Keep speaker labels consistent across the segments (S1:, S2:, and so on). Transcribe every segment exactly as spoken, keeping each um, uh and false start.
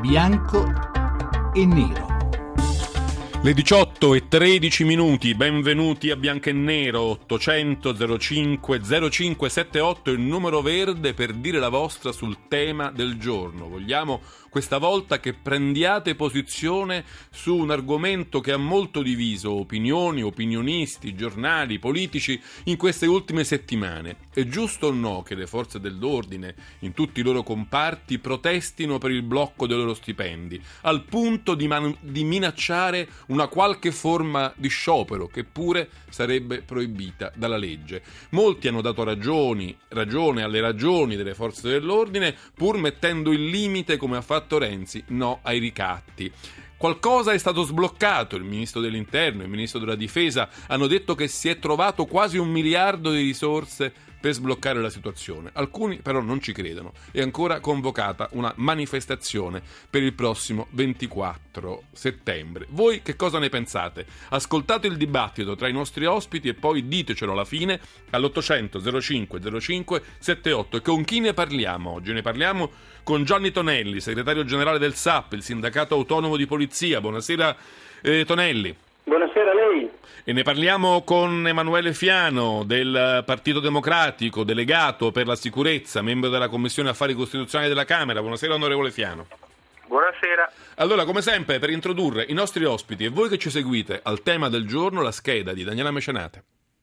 S1: Bianco e nero.
S2: Le diciotto e tredici minuti, benvenuti a Bianco e Nero. Ottocento zero cinque zero cinque settantotto il numero verde per dire la vostra sul tema del giorno. Vogliamo questa volta che prendiate posizione su un argomento che ha molto diviso opinioni, opinionisti, giornali, politici in queste ultime settimane. È giusto o no che le forze dell'ordine, in tutti i loro comparti, protestino per il blocco dei loro stipendi, al punto di, man- di minacciare una qualche forma di sciopero che pure sarebbe proibita dalla legge? Molti hanno dato ragioni, ragione alle ragioni delle forze dell'ordine, pur mettendo il limite, come ha fatto Renzi, no ai ricatti. Qualcosa è stato sbloccato. Il ministro dell'Interno e il ministro della Difesa hanno detto che si è trovato quasi un miliardo di risorse per sbloccare la situazione. Alcuni però non ci credono. È ancora convocata una manifestazione per il prossimo ventiquattro settembre. Voi che cosa ne pensate? Ascoltate il dibattito tra i nostri ospiti e poi ditecelo alla fine all'ottocento zero cinque zero cinque settantotto. E con chi ne parliamo oggi? Ne parliamo con Gianni Tonelli, segretario generale del S A P, il Sindacato Autonomo di Polizia. Buonasera eh, Tonelli.
S3: Buonasera a lei.
S2: E ne parliamo con Emanuele Fiano del Partito Democratico, delegato per la sicurezza, membro della Commissione Affari Costituzionali della Camera. Buonasera onorevole Fiano.
S3: Buonasera.
S2: Allora, come sempre, per introdurre i nostri ospiti e voi che ci seguite al tema del giorno, la scheda di Daniela Mecenate.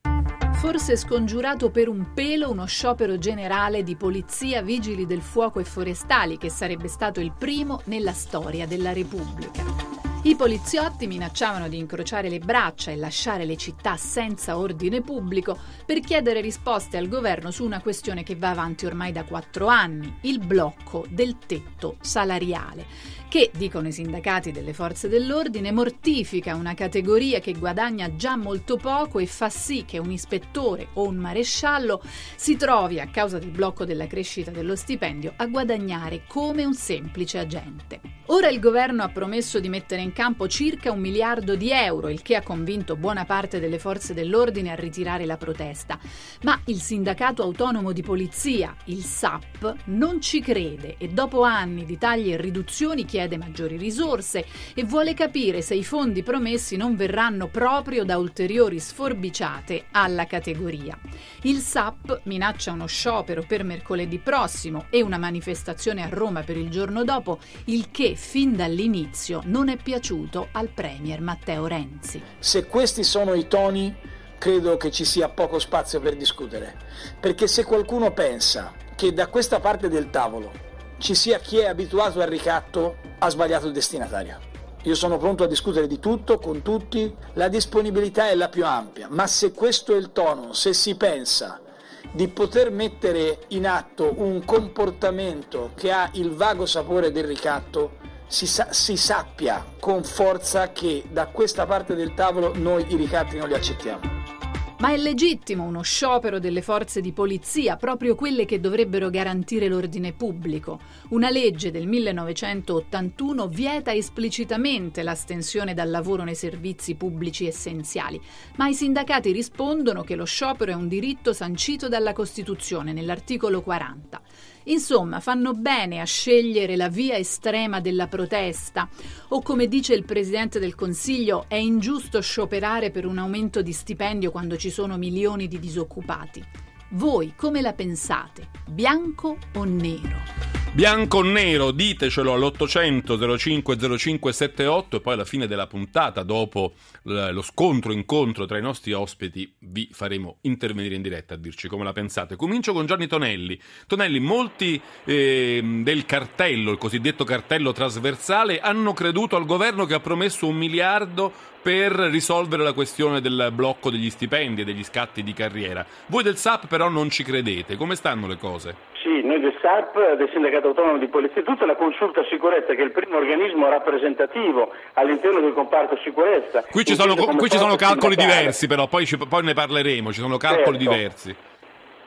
S4: Forse scongiurato per un pelo uno sciopero generale di polizia, vigili del fuoco e forestali, che sarebbe stato il primo nella storia della Repubblica. I poliziotti minacciavano di incrociare le braccia e lasciare le città senza ordine pubblico per chiedere risposte al governo su una questione che va avanti ormai da quattro anni, il blocco del tetto salariale, che, dicono i sindacati delle forze dell'ordine, mortifica una categoria che guadagna già molto poco e fa sì che un ispettore o un maresciallo si trovi, a causa del blocco della crescita dello stipendio, a guadagnare come un semplice agente. Ora il governo ha promesso di mettere in campo circa un miliardo di euro, il che ha convinto buona parte delle forze dell'ordine a ritirare la protesta. Ma il Sindacato Autonomo di Polizia, il S A P, non ci crede e dopo anni di tagli e riduzioni chiede maggiori risorse e vuole capire se i fondi promessi non verranno proprio da ulteriori sforbiciate alla categoria. Il S A P minaccia uno sciopero per mercoledì prossimo e una manifestazione a Roma per il giorno dopo, il che fin dall'inizio non è piaciuto al premier Matteo Renzi.
S5: Se questi sono i toni, credo che ci sia poco spazio per discutere, perché se qualcuno pensa che da questa parte del tavolo ci sia chi è abituato al ricatto, ha sbagliato il destinatario. Io sono pronto a discutere di tutto, con tutti, la disponibilità è la più ampia, ma se questo è il tono, se si pensa di poter mettere in atto un comportamento che ha il vago sapore del ricatto, si, sa- si sappia con forza che da questa parte del tavolo noi i ricatti non li accettiamo.
S4: Ma è legittimo uno sciopero delle forze di polizia, proprio quelle che dovrebbero garantire l'ordine pubblico. Una legge del millenovecentottantuno vieta esplicitamente l'astensione dal lavoro nei servizi pubblici essenziali, ma i sindacati rispondono che lo sciopero è un diritto sancito dalla Costituzione nell'articolo quaranta. Insomma, fanno bene a scegliere la via estrema della protesta o, come dice il Presidente del Consiglio, è ingiusto scioperare per un aumento di stipendio quando ci sono milioni di disoccupati. Voi come la pensate? Bianco o nero?
S2: Bianco o nero, ditecelo all'ottocento zero cinque zero cinque settantotto e poi alla fine della puntata, dopo lo scontro-incontro tra i nostri ospiti, vi faremo intervenire in diretta a dirci come la pensate. Comincio con Gianni Tonelli. Tonelli, molti eh, del cartello, il cosiddetto cartello trasversale, hanno creduto al governo che ha promesso un miliardo per risolvere la questione del blocco degli stipendi e degli scatti di carriera. Voi del S A P però non ci credete. Come stanno le cose?
S3: Sì, noi del S A P, del Sindacato Autonomo di Polizia, tutta la Consulta Sicurezza, che è il primo organismo rappresentativo all'interno del comparto sicurezza.
S2: Qui ci sono, qui ci sono calcoli diversi, però poi, ci, poi ne parleremo, ci sono calcoli
S3: certo.
S2: diversi.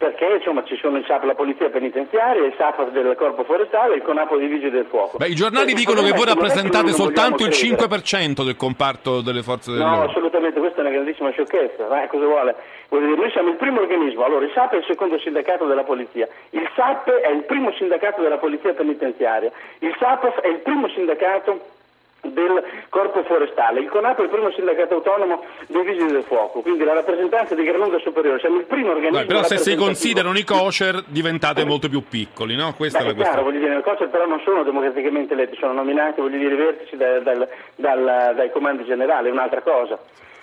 S3: perché insomma ci sono il S A P, la polizia penitenziaria, il S A P del corpo forestale e il CONAPO dei vigili del fuoco.
S2: Beh, i giornali
S3: Perché
S2: dicono che voi
S3: non
S2: rappresentate
S3: non
S2: soltanto il
S3: credere.
S2: cinque per cento del comparto delle forze
S3: No,
S2: dell'ordine.
S3: assolutamente, questa è una grandissima sciocchezza. Ma cosa vuole? Voglio dire, noi siamo il primo organismo, allora il S A P è il secondo sindacato della polizia, il S A P è il primo sindacato della polizia penitenziaria, il S A P è il primo sindacato del corpo forestale, il CONAPO è il primo sindacato autonomo dei vigili del fuoco, quindi la rappresentanza di gran lunga superiore, siamo il primo organismo.
S2: Beh, però se si
S3: rappresentativo.
S2: considerano i kosher diventate molto più piccoli, no? Questa
S3: Beh,
S2: è la
S3: è chiaro,
S2: questione.
S3: voglio dire, le cose però non sono democraticamente eletti, sono nominati, voglio dire, i vertici da, dal, dal, dai comandi generali, è un'altra cosa.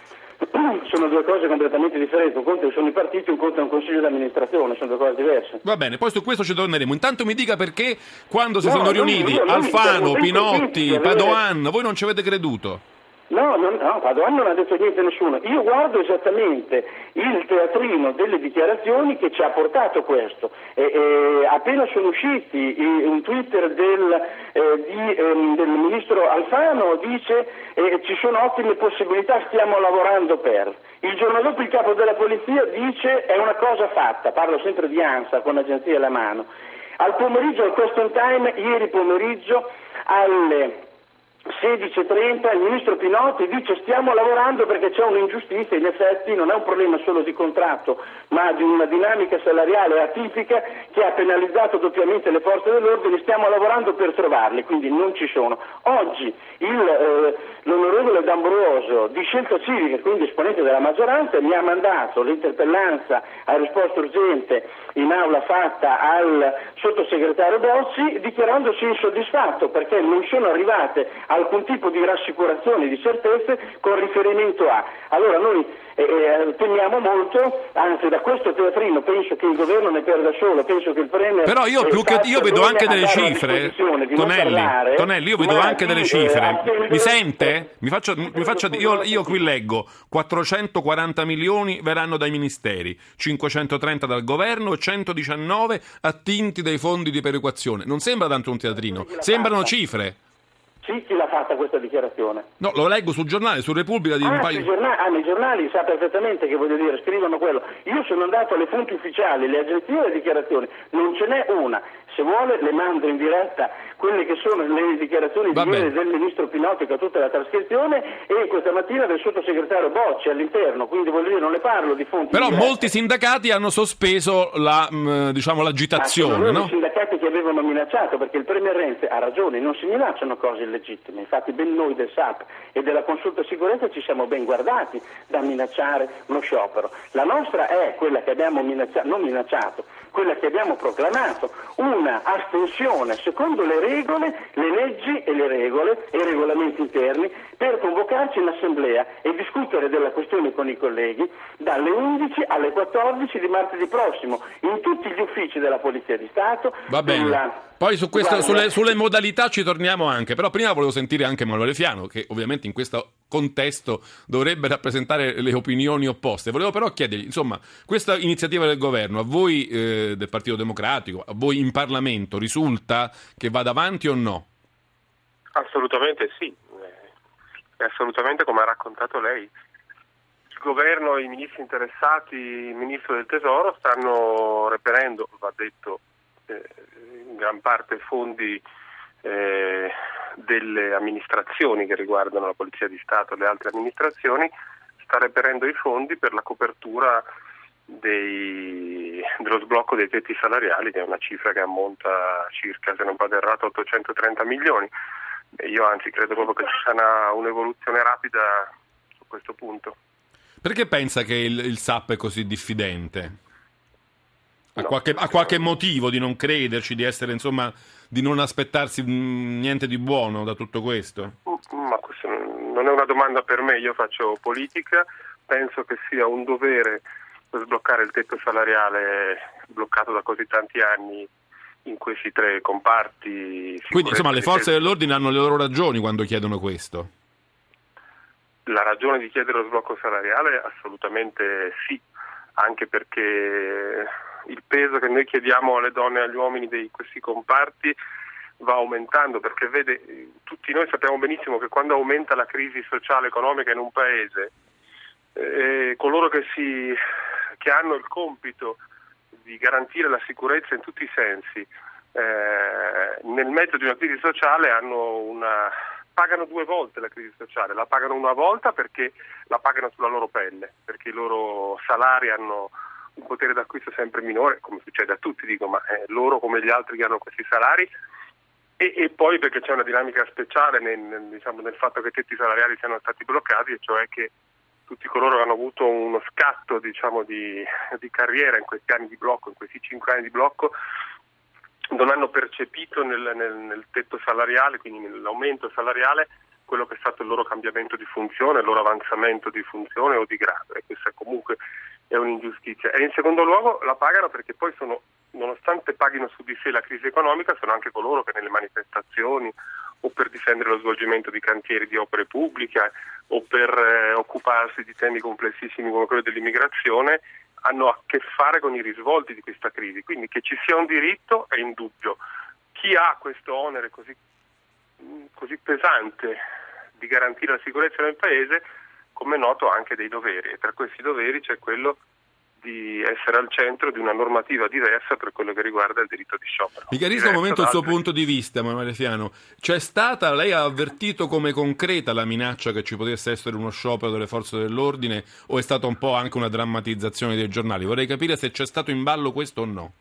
S3: Sono due cose completamente differenti, un conto sono i partiti, un conto è un consiglio di amministrazione, sono due cose diverse.
S2: Va bene, poi su questo ci torneremo. Intanto mi dica perché quando si
S3: No,
S2: sono
S3: non-
S2: riuniti
S3: io- non
S2: Alfano,
S3: mi-
S2: Pinotti,
S3: io-
S2: Padoan, voi non ci avete creduto?
S3: No, no, no, Padoan non ha detto niente a nessuno. Io guardo esattamente il teatrino delle dichiarazioni che ci ha portato questo. E, e appena sono usciti i- un Twitter del, eh, di, ehm, del ministro Alfano dice eh, ci sono ottime possibilità, stiamo lavorando per. Il giorno dopo il capo della polizia dice è una cosa fatta, parlo sempre di ANSA con agenzia alla mano. Al pomeriggio, al question time, ieri pomeriggio alle sedici e trenta il ministro Pinotti dice stiamo lavorando perché c'è un'ingiustizia, in effetti non è un problema solo di contratto ma di una dinamica salariale atipica che ha penalizzato doppiamente le forze dell'ordine, stiamo lavorando per trovarli, quindi non ci sono. Oggi il, eh, l'onorevole D'Ambrosio di Scelta Civica, quindi esponente della maggioranza, mi ha mandato l'interpellanza a risposta urgente in aula fatta al sottosegretario Bocci dichiarandosi insoddisfatto perché non sono arrivate alcun tipo di rassicurazione, di certezze con riferimento a. Allora noi eh, eh, temiamo molto, anzi da questo teatrino penso che il governo ne perda solo, penso che il Premier...
S2: Però io più che io vedo anche delle cifre, Tonelli,
S3: parlare,
S2: Tonelli, io vedo anche
S3: di,
S2: delle
S3: eh,
S2: cifre.
S3: attendere-
S2: Mi sente? Mi faccio, mi faccio io, io qui leggo quattrocentoquaranta milioni verranno dai ministeri, cinquecentotrenta dal governo e centodiciannove attinti dai fondi di perequazione. Non sembra tanto un teatrino, sembrano cifre.
S3: Sì, chi l'ha fatta questa dichiarazione?
S2: No, lo leggo sul giornale, su Repubblica di un
S3: Ah,
S2: paio.
S3: sui giornali, ah, nei giornali sa perfettamente che voglio dire, scrivono quello. Io sono andato alle fonti ufficiali, le agenzie e le dichiarazioni, non ce n'è una. Se vuole le mando in diretta quelle che sono le dichiarazioni
S2: Va
S3: di ieri
S2: bene.
S3: del ministro Pinotti con tutta la trascrizione e questa mattina del sottosegretario Bocci all'interno, quindi voglio dire non le parlo di fonti
S2: Però
S3: dirette.
S2: molti sindacati hanno sospeso la, mh, diciamo,
S3: Ma
S2: l'agitazione,
S3: sono loro
S2: no?
S3: i sindacati che avevano minacciato, perché il Premier Renzi ha ragione, non si minacciano cose illegittime, infatti ben noi del S A P e della consulta sicurezza ci siamo ben guardati da minacciare uno sciopero. La nostra è quella che abbiamo minacciato, non minacciato, quella che abbiamo proclamato, una astensione secondo le regole, le leggi e le regole e i regolamenti interni per convocarci in assemblea e discutere della questione con i colleghi dalle undici alle quattordici di martedì prossimo in tutti gli uffici della Polizia di Stato.
S2: Va bene.
S3: della-
S2: Poi su questo,
S3: Guarda,
S2: sulle, sulle modalità ci torniamo anche, però prima volevo sentire anche Emanuele Fiano, che ovviamente in questo contesto dovrebbe rappresentare le opinioni opposte. Volevo però chiedergli, insomma, questa iniziativa del governo, a voi eh, del Partito Democratico, a voi in Parlamento, risulta che vada avanti o no?
S6: Assolutamente sì, è assolutamente come ha raccontato lei. Il governo e i ministri interessati, il ministro del Tesoro, stanno reperendo, va detto, eh, in gran parte fondi eh, delle amministrazioni che riguardano la Polizia di Stato e le altre amministrazioni, sta reperendo i fondi per la copertura dei, dello sblocco dei tetti salariali, che è una cifra che ammonta a circa, se non vado errato, ottocentotrenta milioni. E io anzi credo proprio che ci sarà un'evoluzione rapida su questo punto.
S2: Perché pensa che il, il S A P è così diffidente? Ha
S6: No,
S2: qualche, ha qualche motivo di non crederci, di essere, insomma, di non aspettarsi mh, niente di buono da tutto questo?
S6: Ma questo non è una domanda per me, io faccio politica, penso che sia un dovere sbloccare il tetto salariale bloccato da così tanti anni in questi tre comparti.
S2: Quindi, insomma, le forze dell'ordine hanno le loro ragioni quando chiedono questo.
S6: La ragione di chiedere lo sblocco salariale assolutamente sì, anche perché il peso che noi chiediamo alle donne e agli uomini di questi comparti va aumentando, perché vede, tutti noi sappiamo benissimo che quando aumenta la crisi sociale e economica in un paese, eh, coloro che, si, che hanno il compito di garantire la sicurezza in tutti i sensi, eh, nel mezzo di una crisi sociale hanno una... pagano due volte la crisi sociale, la pagano una volta perché la pagano sulla loro pelle, perché i loro salari hanno un potere d'acquisto sempre minore, come succede a tutti, dico, ma eh, loro come gli altri che hanno questi salari, e, e poi perché c'è una dinamica speciale nel, nel, diciamo, nel fatto che i tetti salariali siano stati bloccati, e cioè che tutti coloro che hanno avuto uno scatto, diciamo, di, di carriera in questi anni di blocco, in questi cinque anni di blocco, non hanno percepito nel, nel, nel tetto salariale, quindi nell'aumento salariale, quello che è stato il loro cambiamento di funzione, il loro avanzamento di funzione o di grado, e questa comunque è un'ingiustizia. E in secondo luogo la pagano perché poi sono, nonostante paghino su di sé la crisi economica, sono anche coloro che nelle manifestazioni o per difendere lo svolgimento di cantieri di opere pubbliche o per eh, occuparsi di temi complessissimi come quello dell'immigrazione hanno a che fare con i risvolti di questa crisi. Quindi che ci sia un diritto è indubbio. Chi ha questo onere così, così pesante di garantire la sicurezza del Paese, come è noto, ha anche dei doveri, e tra questi doveri c'è quello di essere al centro di una normativa diversa per quello che riguarda il diritto di sciopero.
S2: Mi chiarisca un momento il suo punto di vista, Emanuele Fiano. C'è stata, lei ha avvertito come concreta la minaccia che ci potesse essere uno sciopero delle forze dell'ordine, o è stata un po' anche una drammatizzazione dei giornali? Vorrei capire se c'è stato in ballo questo o no.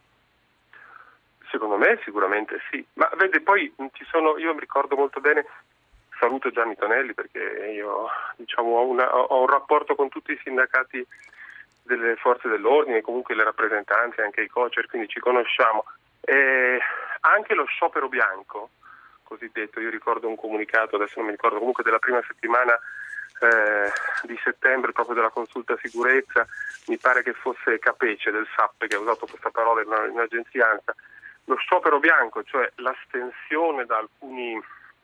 S6: Secondo me sicuramente sì, ma vede, poi ci sono, io mi ricordo molto bene, saluto Gianni Tonelli perché io, diciamo, ho, una, ho un rapporto con tutti i sindacati delle forze dell'ordine, comunque le rappresentanze, anche i coacher, quindi ci conosciamo. E anche lo sciopero bianco, cosiddetto, io ricordo un comunicato, adesso non mi ricordo, comunque della prima settimana eh, di settembre, proprio della consulta sicurezza, mi pare che fosse Capece del S A P che ha usato questa parola in, in un'agenzia ANSA, lo sciopero bianco, cioè l'astensione da alcuni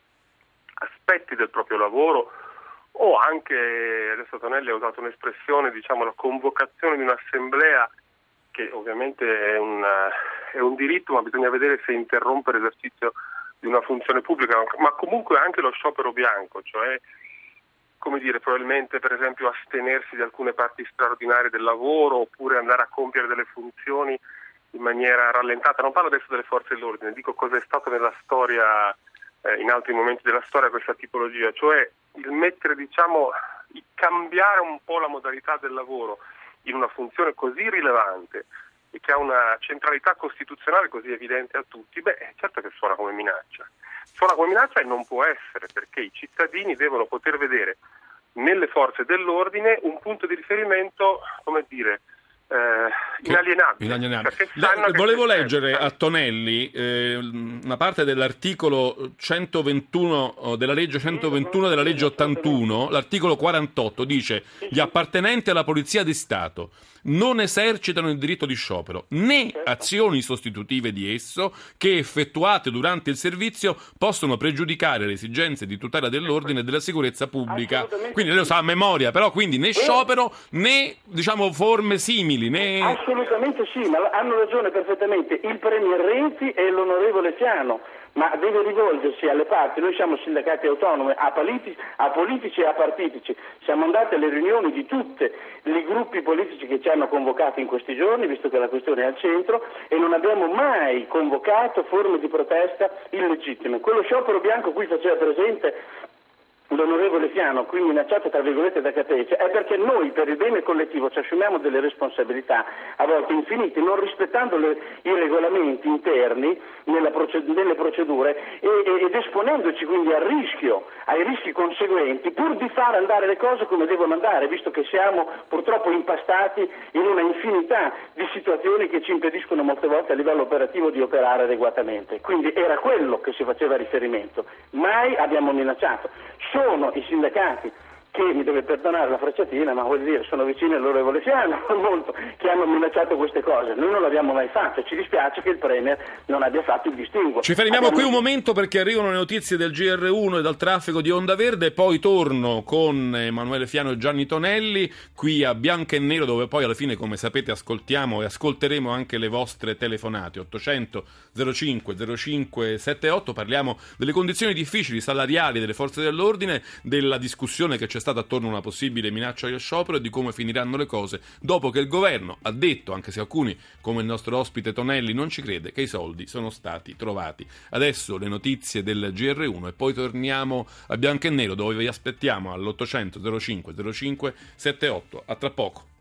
S6: aspetti del proprio lavoro, o anche, adesso Tonelli ha usato un'espressione, diciamo la convocazione di un'assemblea, che ovviamente è un, è un diritto, ma bisogna vedere se interrompe l'esercizio di una funzione pubblica, ma comunque anche lo sciopero bianco, cioè, come dire, probabilmente per esempio astenersi di alcune parti straordinarie del lavoro, oppure andare a compiere delle funzioni in maniera rallentata. Non parlo adesso delle forze dell'ordine, dico cosa è stato nella storia, eh, in altri momenti della storia, questa tipologia, cioè il mettere, diciamo, il cambiare un po' la modalità del lavoro in una funzione così rilevante e che ha una centralità costituzionale così evidente a tutti, beh, certo che suona come minaccia. Suona come minaccia e non può essere, perché i cittadini devono poter vedere nelle forze dell'ordine un punto di riferimento, come dire, Eh, inalienabile.
S2: inalienabile. Le, volevo leggere a Tonelli eh, una parte dell'articolo centoventuno della legge centoventuno della legge ottantuno, l'articolo quarantotto dice: gli appartenenti alla Polizia di Stato non esercitano il diritto di sciopero né azioni sostitutive di esso che, effettuate durante il servizio, possono pregiudicare le esigenze di tutela dell'ordine e della sicurezza pubblica. Quindi lei lo sa a memoria, però quindi né sciopero né, diciamo, forme simili né...
S3: Assolutamente sì, ma hanno ragione perfettamente il Premier Renzi e l'onorevole Fiano, ma deve rivolgersi alle parti. Noi siamo sindacati autonomi, a politici, a politici e a partitici. Siamo andati alle riunioni di tutti i gruppi politici che ci hanno convocato in questi giorni, visto che la questione è al centro, e non abbiamo mai convocato forme di protesta illegittime. Quello sciopero bianco cui faceva presente l'onorevole Fiano, qui minacciato tra virgolette da Capece, è perché noi per il bene collettivo ci assumiamo delle responsabilità a volte infinite, non rispettando le, i regolamenti interni nella proced- nelle procedure e, e, ed esponendoci quindi al rischio, ai rischi conseguenti, pur di far andare le cose come devono andare, visto che siamo purtroppo impastati in una infinità di situazioni che ci impediscono molte volte a livello operativo di operare adeguatamente. Quindi era quello che si faceva riferimento, mai abbiamo minacciato. Sono i sindacati che, mi deve perdonare la frecciatina, ma vuol dire sono vicini all'onorevole Fiano molto, che hanno minacciato queste cose. Noi non l'abbiamo mai fatto, ci dispiace che il Premier non abbia fatto il distinguo.
S2: Ci fermiamo
S3: abbiamo...
S2: qui un momento perché arrivano le notizie del G R uno e dal traffico di Onda Verde, poi torno con Emanuele Fiano e Gianni Tonelli qui a Bianco e Nero, dove poi alla fine, come sapete, ascoltiamo e ascolteremo anche le vostre telefonate. Ottocento zero cinque zero cinque sette otto. Parliamo delle condizioni difficili salariali delle forze dell'ordine, della discussione che c'è c'è stata attorno a una possibile minaccia allo sciopero e di come finiranno le cose dopo che il governo ha detto, anche se alcuni come il nostro ospite Tonelli non ci crede, che i soldi sono stati trovati. Adesso le notizie del G R uno e poi torniamo a Bianco e Nero, dove vi aspettiamo all'ottocento zero cinque zero cinque settantotto. A tra poco.